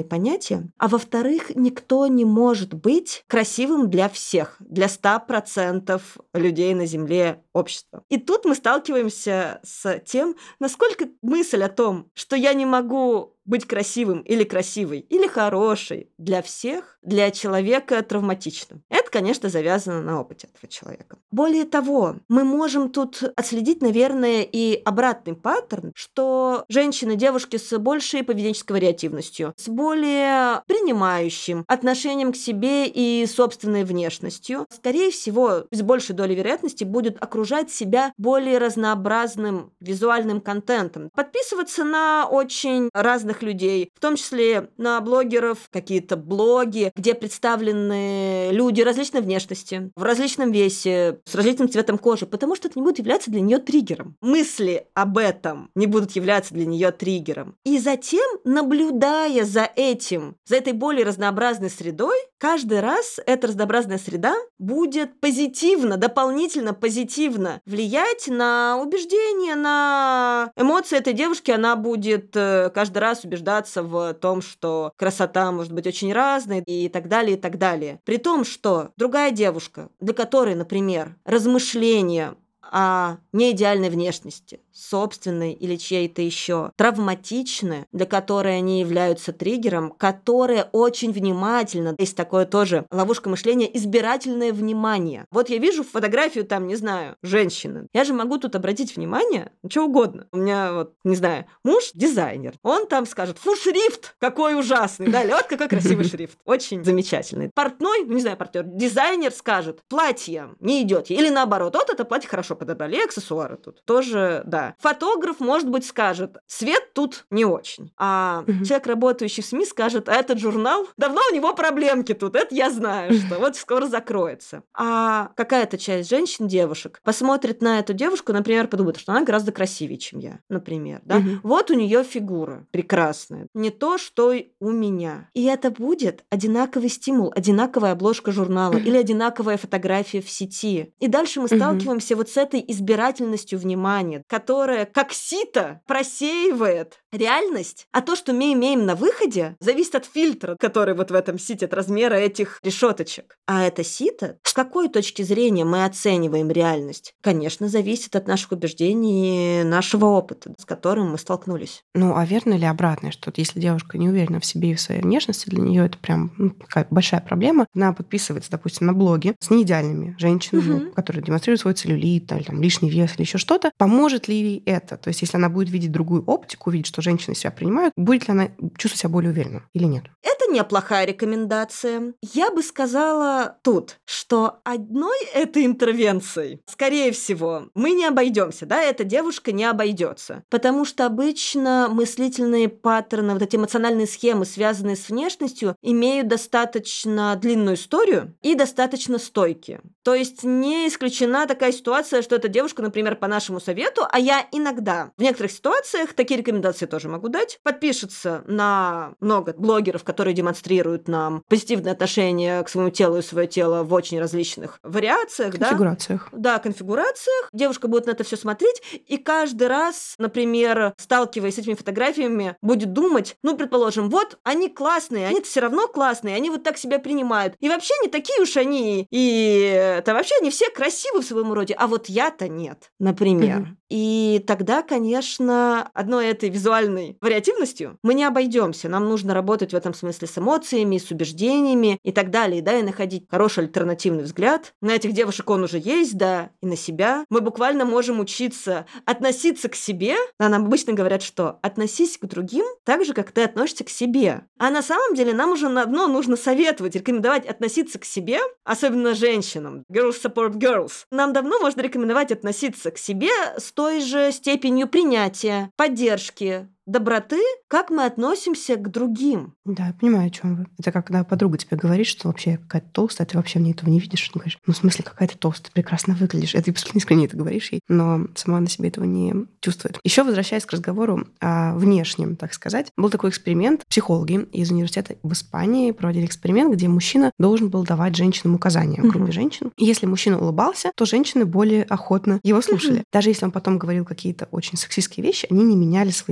понятия, а во-вторых, никто не может быть красивым для всех, для ста процентов людей на Земле общества. И тут мы сталкиваемся с тем, насколько мысль о том, что я не могу быть красивым или красивой, или хорошей для всех, для человека травматично. Это, конечно, завязано на опыте этого человека. Более того, мы можем тут отследить, наверное, и обратный паттерн, что женщины, девушки с большей поведенческой вариативностью, с более принимающим отношением к себе и собственной внешностью, скорее всего, с большей долей вероятности будет окружать себя более разнообразным визуальным контентом, подписываться на очень разных людей, в том числе на блогеров, какие-то блоги, где представлены люди различной внешности, в различном весе, с различным цветом кожи, потому что это не будет являться для нее триггером. Мысли об этом не будут являться для нее триггером. И затем, наблюдая за этим, за этой более разнообразной средой, каждый раз эта разнообразная среда будет позитивно, дополнительно позитивно влиять на убеждения, на эмоции этой девушки. Она будет каждый раз убеждаться в том, что красота может быть очень разной и так далее, и так далее. При том, что другая девушка, для которой, например, размышления о неидеальной внешности, собственной или чьей-то еще, травматичны, для которой они являются триггером, которая очень внимательно, есть такое тоже ловушка мышления, избирательное внимание. Вот я вижу фотографию там, не знаю, женщины. Я же могу тут обратить внимание на что угодно. У меня вот, не знаю, муж дизайнер. Он там скажет: фу, шрифт какой ужасный. Да, вот какой красивый шрифт. Очень замечательный. Портной, ну не знаю, партнер, дизайнер скажет: платье не идет. Или наоборот, вот это платье хорошо подобрали, аксессуары тут тоже, да. Фотограф, может быть, скажет: свет тут не очень. А uh-huh. человек, работающий в СМИ, скажет: а этот журнал, давно у него проблемки тут, это я знаю, что вот скоро закроется. А какая-то часть женщин, девушек, посмотрит на эту девушку, например, подумает, что она гораздо красивее, чем я, например. Да? Uh-huh. Вот у нее фигура прекрасная. Не то, что у меня. И это будет одинаковый стимул, одинаковая обложка журнала uh-huh. или одинаковая фотография в сети. И дальше мы uh-huh. сталкиваемся вот с этой избирательностью внимания, которая как сито просеивает реальность, а то, что мы имеем на выходе, зависит от фильтра, который вот в этом сите, от размера этих решеточек. А это сито, с какой точки зрения мы оцениваем реальность, конечно, зависит от наших убеждений и нашего опыта, с которым мы столкнулись. Ну, а верно ли обратное, что вот если девушка не уверена в себе и в своей внешности, для нее это прям ну, такая большая проблема, она подписывается, допустим, на блоги с неидеальными женщинами, угу. которые демонстрируют свой целлюлит, или там, лишний вес или еще что-то. Поможет ли ей это? То есть, если она будет видеть другую оптику, видеть, что женщины себя принимают, будет ли она чувствовать себя более уверенно или нет? Это неплохая рекомендация. Я бы сказала тут, что одной этой интервенцией, скорее всего, мы не обойдемся, да, эта девушка не обойдется, потому что обычно мыслительные паттерны, вот эти эмоциональные схемы, связанные с внешностью, имеют достаточно длинную историю и достаточно стойкие. То есть не исключена такая ситуация, что эта девушка, например, по нашему совету, а я иногда в некоторых ситуациях, такие рекомендации тоже могу дать, подпишется на много блогеров, которые демонстрируют нам позитивное отношение к своему телу и свое тело в очень различных вариациях. Конфигурациях. Да, да, конфигурациях. Девушка будет на это все смотреть, и каждый раз, например, сталкиваясь с этими фотографиями, будет думать, ну, предположим, вот они классные, они-то все равно классные, они вот так себя принимают. И вообще не такие уж они, и это вообще они все красивы в своем роде, а вот я-то нет, например. Mm-hmm. И тогда, конечно, одной этой визуальной вариативностью мы не обойдемся. Нам нужно работать в этом смысле с эмоциями, с убеждениями и так далее, да, и находить хороший альтернативный взгляд. На этих девушек он уже есть, да, и на себя. Мы буквально можем учиться относиться к себе. А нам обычно говорят, что относись к другим так же, как ты относишься к себе. А на самом деле нам уже давно нужно советовать, рекомендовать относиться к себе, особенно женщинам. Girls support girls. Нам давно можно рекомендовать относиться к себе с той же степенью принятия, поддержки, доброты, как мы относимся к другим. Да, я понимаю, о чем вы. Это как когда подруга тебе говорит, что вообще я какая-то толстая, ты вообще мне этого не видишь. Ты говоришь, ну, в смысле, какая ты толстая, прекрасно выглядишь. Это абсолютно искренне это говоришь ей, но сама на себе этого не чувствует. Еще возвращаясь к разговору о внешнем, так сказать, был такой эксперимент. Психологи из университета в Испании проводили эксперимент, где мужчина должен был давать женщинам указания, группе uh-huh. женщин. И если мужчина улыбался, то женщины более охотно его слушали. Uh-huh. Даже если он потом говорил какие-то очень сексистские вещи, они не меняли своего распоряжения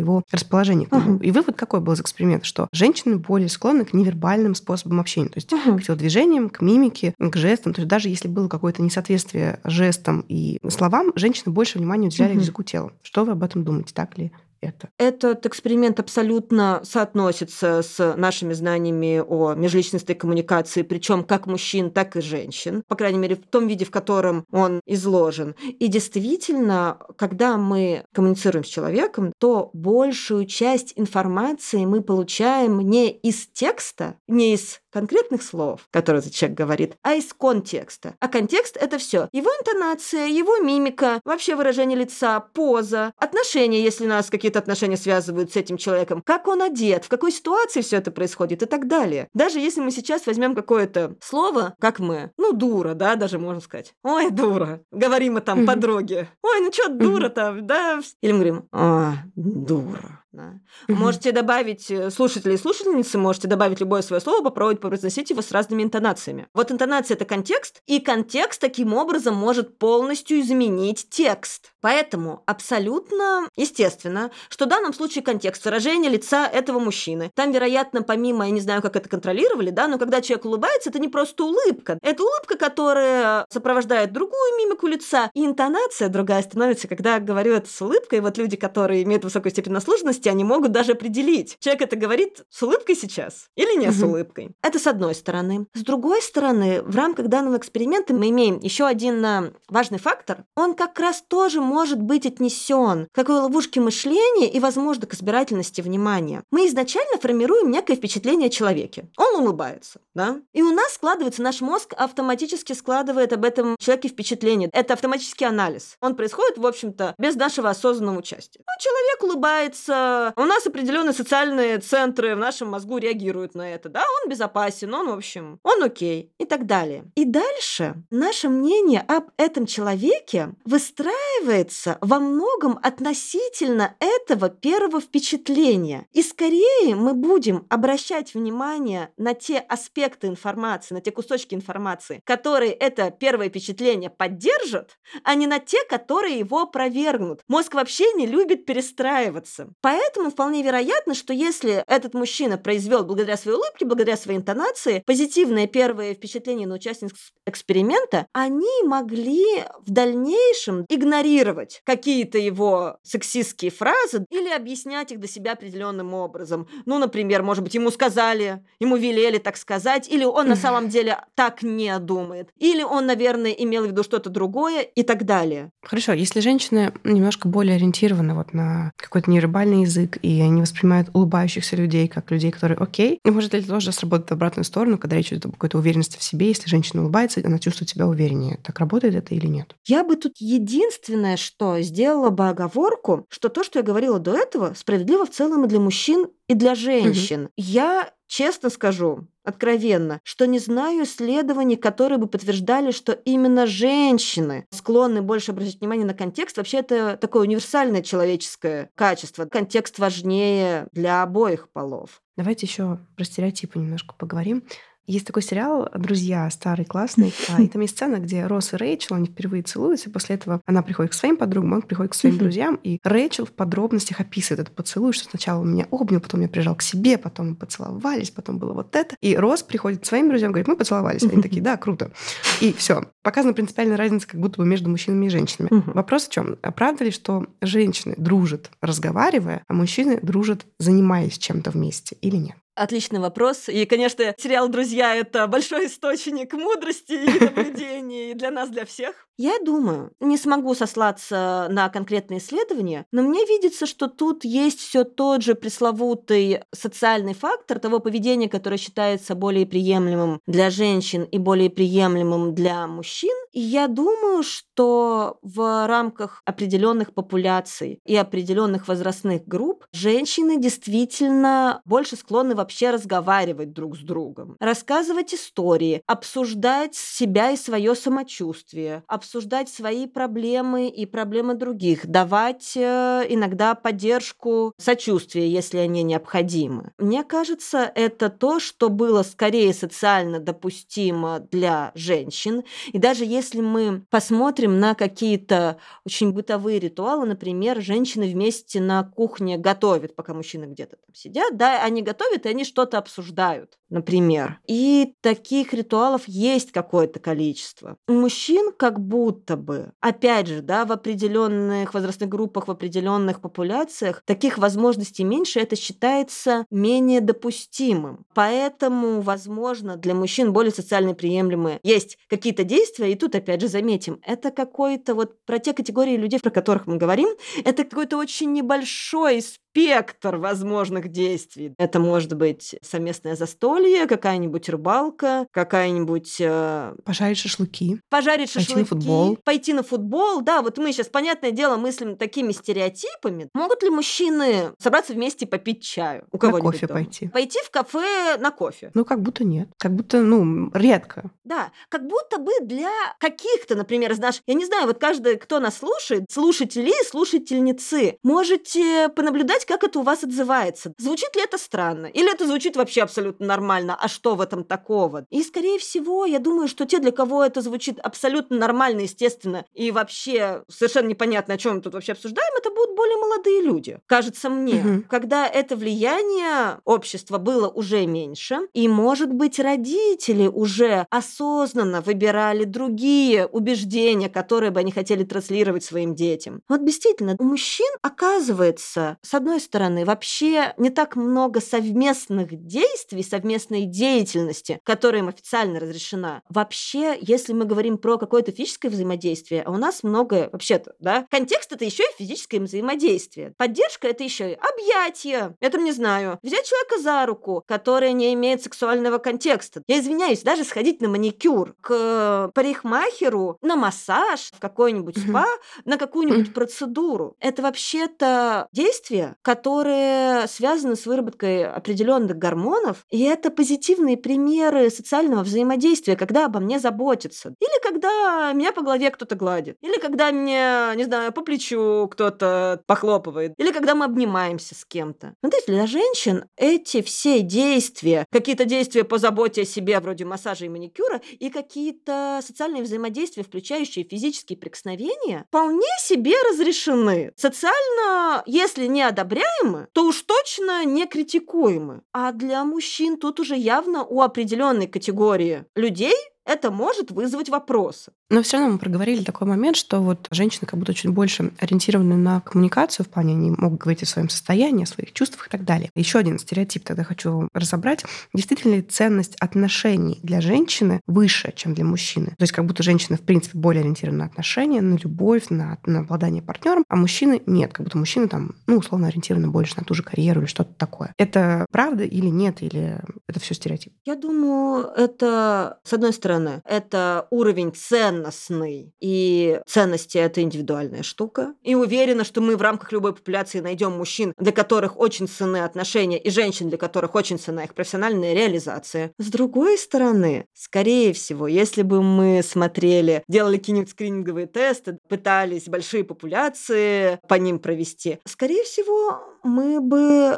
предрасположение к нему. Мгм. И вывод какой был из эксперимента? Что женщины более склонны к невербальным способам общения, то есть Мгм. к телодвижениям, к мимике, к жестам. То есть даже если было какое-то несоответствие жестам и словам, женщины больше внимания уделяли Мгм. языку тела. Что вы об этом думаете? Так ли это? Этот эксперимент абсолютно соотносится с нашими знаниями о межличностной коммуникации, причем как мужчин, так и женщин, по крайней мере, в том виде, в котором он изложен. И действительно, когда мы коммуницируем с человеком, то большую часть информации мы получаем не из текста, не из конкретных слов, которые этот человек говорит, а из контекста. А контекст — это все: его интонация, его мимика, вообще выражение лица, поза, отношения, если у нас какие-то отношения связывают с этим человеком, как он одет, в какой ситуации все это происходит и так далее. Даже если мы сейчас возьмем какое-то слово, как мы, ну, дура, да, даже можно сказать. Ой, дура. Говорим мы там Мгм. подруге. Ой, ну что, Мгм. дура там, да? Или мы говорим, а, дура. Да. Мгм. Можете добавить, э, слушатели и слушательницы, можете добавить любое свое слово, попробовать произносить его с разными интонациями. Вот интонация — это контекст, и контекст таким образом может полностью изменить текст. Поэтому абсолютно естественно, что в данном случае контекст выражения лица этого мужчины. Там, вероятно, помимо, я не знаю, как это контролировали, да, но когда человек улыбается, это не просто улыбка. Это улыбка, которая сопровождает другую мимику лица, и интонация другая становится, когда говорю это с улыбкой. Вот люди, которые имеют высокую степень наслуженности, они могут даже определить, человек это говорит с улыбкой сейчас или не с Мгм. улыбкой. Это с одной стороны. С другой стороны, в рамках данного эксперимента мы имеем еще один а, важный фактор. Он как раз тоже может быть отнесен к такой ловушке мышления и, возможно, к избирательности внимания. Мы изначально формируем некое впечатление о человеке. Он улыбается, да? И у нас складывается, наш мозг автоматически складывает об этом человеке впечатление. Это автоматический анализ. Он происходит, в общем-то, без нашего осознанного участия. Ну, человек улыбается, у нас определенные социальные центры в нашем мозгу реагируют на это. Да, он безопасен, он, в общем, он окей и так далее. И дальше наше мнение об этом человеке выстраивается во многом относительно этого первого впечатления. И скорее мы будем обращать внимание на те аспекты информации, на те кусочки информации, которые это первое впечатление поддержат, а не на те, которые его опровергнут. Мозг вообще не любит перестраиваться. Поэтому вполне вероятно, что если этот мужчина произвел благодаря своей улыбке, благодаря своей интонации позитивное первое впечатление на участников эксперимента, они могли в дальнейшем игнорировать какие-то его сексистские фразы или объяснять их для себя определенным образом. Ну, например, может быть, ему сказали, ему велели так сказать, или он на самом деле так не думает, или он, наверное, имел в виду что-то другое и так далее. Хорошо, если женщины немножко более ориентированы вот на какой-то невербальный язык, и они воспринимают улыбающихся людей как людей, которые окей, может ли это тоже сработать в обратную сторону, когда речь идет об какой-то уверенности в себе, если женщина улыбается, она чувствует себя увереннее. Так работает это или нет? Я бы тут единственное, что сделала бы оговорку, что то, что я говорила до этого, справедливо в целом и для мужчин, и для женщин. Мгм. Я честно скажу, откровенно, что не знаю исследований, которые бы подтверждали, что именно женщины склонны больше обращать внимание на контекст. Вообще это такое универсальное человеческое качество. Контекст важнее для обоих полов. Давайте еще про стереотипы немножко поговорим. Есть такой сериал «Друзья», старый, классный. И там есть сцена, где Росс и Рэйчел, они впервые целуются, и после этого она приходит к своим подругам, он приходит к своим друзьям, и Рэйчел в подробностях описывает этот поцелуй, что сначала он меня обнял, потом меня прижал к себе, потом мы поцеловались, потом было вот это. И Росс приходит к своим друзьям, говорит, мы поцеловались. Они такие, да, круто. И все. Показана принципиальная разница как будто бы между мужчинами и женщинами. Вопрос в чем? А правда ли, что женщины дружат, разговаривая, а мужчины дружат, занимаясь чем-то вместе, или нет? Отличный вопрос. И, конечно, сериал «Друзья» — это большой источник мудрости и наблюдений для нас, для всех. Я думаю, не смогу сослаться на конкретные исследования, но мне видится, что тут есть все тот же пресловутый социальный фактор того поведения, которое считается более приемлемым для женщин и более приемлемым для мужчин. И я думаю, что в рамках определенных популяций и определенных возрастных групп женщины действительно больше склонны вообще разговаривать друг с другом, рассказывать истории, обсуждать себя и свое самочувствие, обсуждать свои проблемы и проблемы других, давать э, иногда поддержку, сочувствие, если они необходимы. Мне кажется, это то, что было скорее социально допустимо для женщин. И даже если если мы посмотрим на какие-то очень бытовые ритуалы, например, женщины вместе на кухне готовят, пока мужчины где-то там сидят, да, они готовят, и они что-то обсуждают, например. И таких ритуалов есть какое-то количество. У мужчин как будто бы, опять же, да, в определенных возрастных группах, в определенных популяциях таких возможностей меньше, это считается менее допустимым. Поэтому, возможно, для мужчин более социально приемлемые есть какие-то действия, и тут опять же заметим, это какой-то вот про те категории людей, про которых мы говорим, это какой-то очень небольшой спектр возможных действий. Это может быть совместное застолье, какая-нибудь рыбалка, какая-нибудь... Э... Пожарить шашлыки. Пожарить пойти шашлыки. на футбол. Пойти на футбол. Да, вот мы сейчас, понятное дело, мыслим такими стереотипами. Могут ли мужчины собраться вместе попить чаю? У кого-нибудь На кофе дома? пойти. Пойти в кафе на кофе? Ну, как будто нет. Как будто, ну, редко. Да, как будто бы для каких-то, например, из наших... Я не знаю, вот каждый, кто нас слушает, слушатели и слушательницы, можете понаблюдать, как это у вас отзывается. Звучит ли это странно? Или это звучит вообще абсолютно нормально? А что в этом такого? И, скорее всего, я думаю, что те, для кого это звучит абсолютно нормально, естественно, и вообще совершенно непонятно, о чем мы тут вообще обсуждаем, это будут более молодые люди. Кажется мне, Мгм. когда это влияние общества было уже меньше, и, может быть, родители уже осознанно выбирали другие убеждения, которые бы они хотели транслировать своим детям. Вот действительно, у мужчин, оказывается, с одной стороны, вообще не так много совместных действий, совместной деятельности, которая им официально разрешена. Вообще, если мы говорим про какое-то физическое взаимодействие, а у нас много, вообще-то, да, контекст — это еще и физическое взаимодействие. Поддержка — это еще и объятия. Это, не знаю, взять человека за руку, которая не имеет сексуального контекста. Я извиняюсь, даже сходить на маникюр, к парикмахеру, на массаж, в какой-нибудь Мгм. спа, на какую-нибудь Мгм. процедуру. Это вообще-то действия, которые связаны с выработкой определенных гормонов, и это позитивные примеры социального взаимодействия, когда обо мне заботятся. Или когда меня по голове кто-то гладит. Или когда меня, не знаю, по плечу кто-то похлопывает. Или когда мы обнимаемся с кем-то. Ну, то есть для женщин эти все действия, какие-то действия по заботе о себе, вроде массажа и маникюра, и какие-то социальные взаимодействия, включающие физические прикосновения, вполне себе разрешены. Социально, если не одобряемы, то уж точно не критикуемы. А для мужчин тут уже явно у определенной категории людей это может вызвать вопросы. Но все равно мы проговорили такой момент, что вот женщины как будто чуть больше ориентированы на коммуникацию в плане, они могут говорить о своем состоянии, о своих чувствах и так далее. Еще один стереотип тогда хочу разобрать. Действительно ли ценность отношений для женщины выше, чем для мужчины? То есть как будто женщина, в принципе, более ориентирована на отношения, на любовь, на, на обладание партнером, а мужчины нет. Как будто мужчины там, ну, условно, ориентированы больше на ту же карьеру или что-то такое. Это правда или нет? Или это все стереотип? Я думаю, это, с одной стороны, это уровень ценностный, и ценности — это индивидуальная штука. И уверена, что мы в рамках любой популяции найдем мужчин, для которых очень ценны отношения, и женщин, для которых очень ценна их профессиональная реализация. С другой стороны, скорее всего, если бы мы смотрели, делали какие-нибудь скрининговые тесты, пытались большие популяции по ним провести, скорее всего, мы бы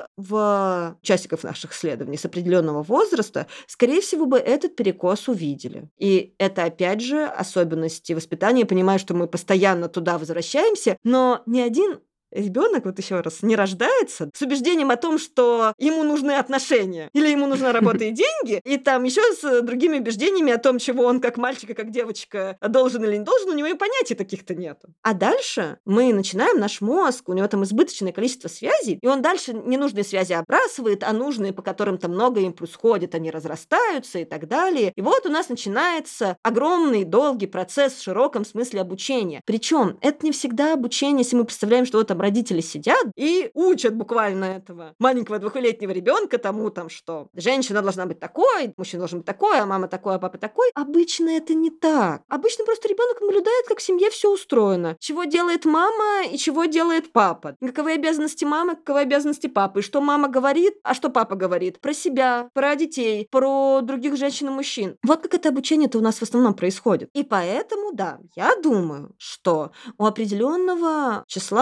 в участников наших исследований с определенного возраста, скорее всего, бы этот перекос увидели. И это, опять же, особенности воспитания. Я понимаю, что мы постоянно туда возвращаемся, но ни один ребенок, вот еще раз, не рождается с убеждением о том, что ему нужны отношения, или ему нужна работа и деньги, и там еще с другими убеждениями о том, чего он как мальчик и как девочка должен или не должен, у него и понятий таких-то нет. А дальше мы начинаем, наш мозг, у него там избыточное количество связей, и он дальше ненужные связи отбрасывает, а нужные, по которым там много импульс ходит, они разрастаются и так далее. И вот у нас начинается огромный, долгий процесс в широком смысле обучения. Причем это не всегда обучение, если мы представляем, что вот там родители сидят и учат буквально этого маленького двухлетнего ребенка тому, там, что женщина должна быть такой, мужчина должен быть такой, а мама такой, а папа такой. Обычно это не так. Обычно просто ребенок наблюдает, как в семье все устроено. Чего делает мама и чего делает папа. Каковы обязанности мамы, каковы обязанности папы. И что мама говорит, а что папа говорит. Про себя, про детей, про других женщин и мужчин. Вот как это обучение-то у нас в основном происходит. И поэтому, да, я думаю, что у определенного числа женщин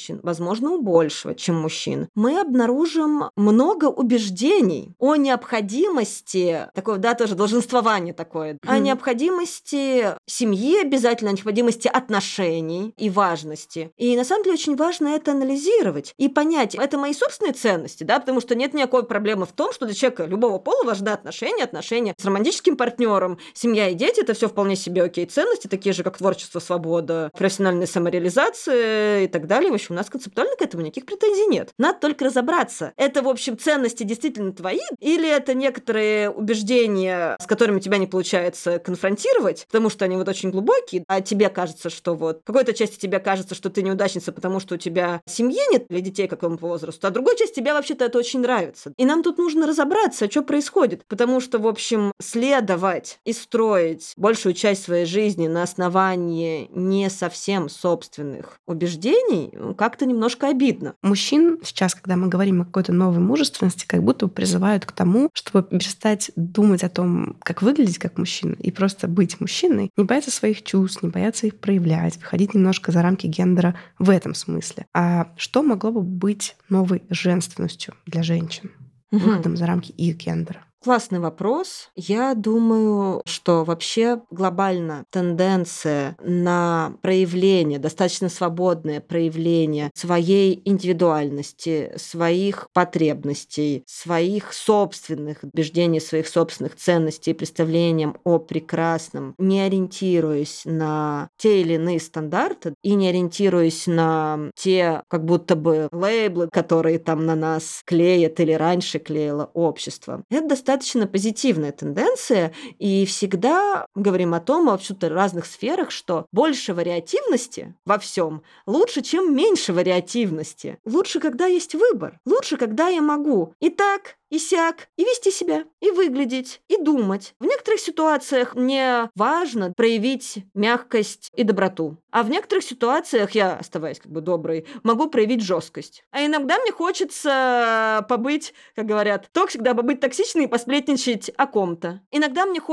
женщин, возможно, у большего, чем мужчин, мы обнаружим много убеждений о необходимости, такого, да, тоже долженствования такое, о необходимости семьи обязательно, о необходимости отношений и важности. И на самом деле очень важно это анализировать и понять, это мои собственные ценности, да, потому что нет никакой проблемы в том, что для человека любого пола важны отношения, отношения с романтическим партнером, семья и дети, это все вполне себе окей ценности, такие же, как творчество, свобода, профессиональная самореализация и так далее. В общем, у нас концептуально к этому никаких претензий нет. Надо только разобраться, это, в общем, ценности действительно твои, или это некоторые убеждения, с которыми тебя не получается конфронтировать, потому что они вот очень глубокие, а тебе кажется, что вот в какой-то части тебе кажется, что ты неудачница, потому что у тебя семьи нет для детей какому возрасту, а другой части тебе вообще-то это очень нравится. И нам тут нужно разобраться, что происходит, потому что, в общем, следовать и строить большую часть своей жизни на основании не совсем собственных убеждений как-то немножко обидно. Мужчин сейчас, когда мы говорим о какой-то новой мужественности, как будто призывают к тому, чтобы перестать думать о том, как выглядеть как мужчина, и просто быть мужчиной, не бояться своих чувств, не бояться их проявлять, выходить немножко за рамки гендера в этом смысле. А что могло бы быть новой женственностью для женщин? Угу. Выходом за рамки их гендера. Классный вопрос. Я думаю, что вообще глобально тенденция на проявление, достаточно свободное проявление своей индивидуальности, своих потребностей, своих собственных убеждений, своих собственных ценностей и представлениям о прекрасном, не ориентируясь на те или иные стандарты и не ориентируясь на те как будто бы лейблы, которые там на нас клеят или раньше клеило общество. Это достаточно достаточно позитивная тенденция, и всегда говорим о том, в общем-то, разных сферах, что больше вариативности во всем лучше, чем меньше вариативности. Лучше, когда есть выбор. Лучше, когда я могу и так, и сяк, и вести себя, и выглядеть, и думать. В некоторых ситуациях мне важно проявить мягкость и доброту. А в некоторых ситуациях я, оставаясь как бы доброй, могу проявить жесткость. А иногда мне хочется побыть, как говорят, токсик, да, побыть токсичной и посплетничать о ком-то. Иногда мне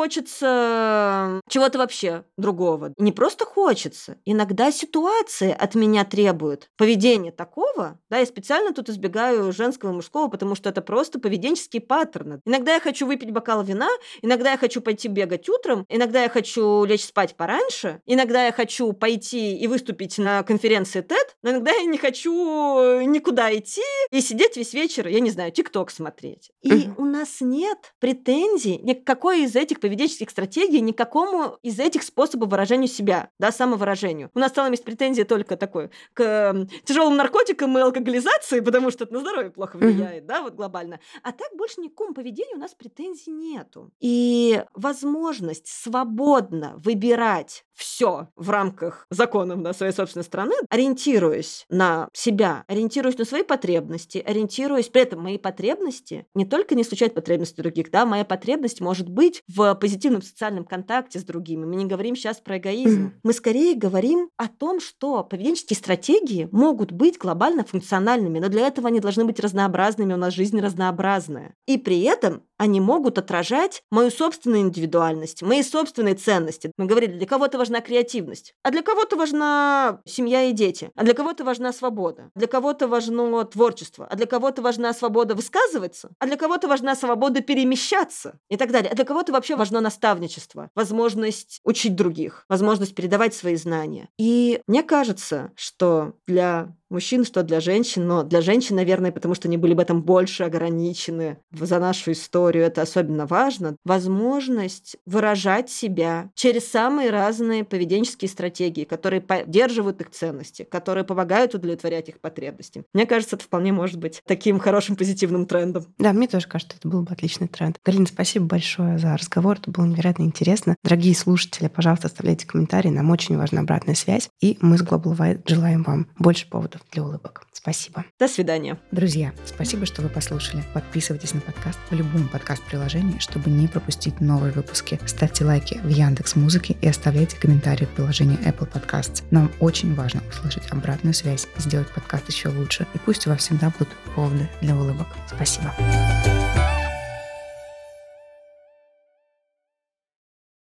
хочется чего-то вообще другого. Не просто хочется. Иногда ситуация от меня требует поведения такого. Да, я специально тут избегаю женского и мужского, потому что это просто поведение паттерны. Иногда я хочу выпить бокал вина, иногда я хочу пойти бегать утром, иногда я хочу лечь спать пораньше, иногда я хочу пойти и выступить на конференции тед, но иногда я не хочу никуда идти и сидеть весь вечер, я не знаю, ТикТок смотреть. И uh-huh. у нас нет претензий ни к какой из этих поведенческих стратегий, ни к какому из этих способов выражения себя, да, самовыражению. У нас в целом есть претензии только такой к тяжелым наркотикам и алкоголизации, потому что это на здоровье плохо влияет, uh-huh. да, вот глобально. А так больше ни к какому поведению у нас претензий нету. И возможность свободно выбирать все в рамках законов на своей собственной страны, ориентируясь на себя, ориентируясь на свои потребности, ориентируясь... При этом мои потребности не только не исключают потребности других, да, моя потребность может быть в позитивном социальном контакте с другими. Мы не говорим сейчас про эгоизм. Mm-hmm. Мы скорее говорим о том, что поведенческие стратегии могут быть глобально функциональными, но для этого они должны быть разнообразными, у нас жизнь разнообразная. И при этом они могут отражать мою собственную индивидуальность, мои собственные ценности. Мы говорили, для кого-то важна креативность, а для кого-то важна семья и дети, а для кого-то важна свобода, для кого-то важно творчество, а для кого-то важна свобода высказываться, а для кого-то важна свобода перемещаться и так далее. А для кого-то вообще важно наставничество, возможность учить других, возможность передавать свои знания. И мне кажется, что для мужчин, что для женщин, но для женщин, наверное, потому что они были в этом больше ограничены за нашу историю, это особенно важно, возможность выражать себя через самые разные поведенческие стратегии, которые поддерживают их ценности, которые помогают удовлетворять их потребности. Мне кажется, это вполне может быть таким хорошим позитивным трендом. Да, мне тоже кажется, это был бы отличный тренд. Галина, спасибо большое за разговор, это было невероятно интересно. Дорогие слушатели, пожалуйста, оставляйте комментарии, нам очень важна обратная связь, и мы с Global White желаем вам больше поводов для улыбок. Спасибо. До свидания. Друзья, спасибо, что вы послушали. Подписывайтесь на подкаст в любом подкаст-приложении, чтобы не пропустить новые выпуски. Ставьте лайки в Яндекс.Музыке и оставляйте комментарии в приложении Apple Podcasts. Нам очень важно услышать обратную связь, сделать подкаст еще лучше. И пусть у вас всегда будут поводы для улыбок. Спасибо.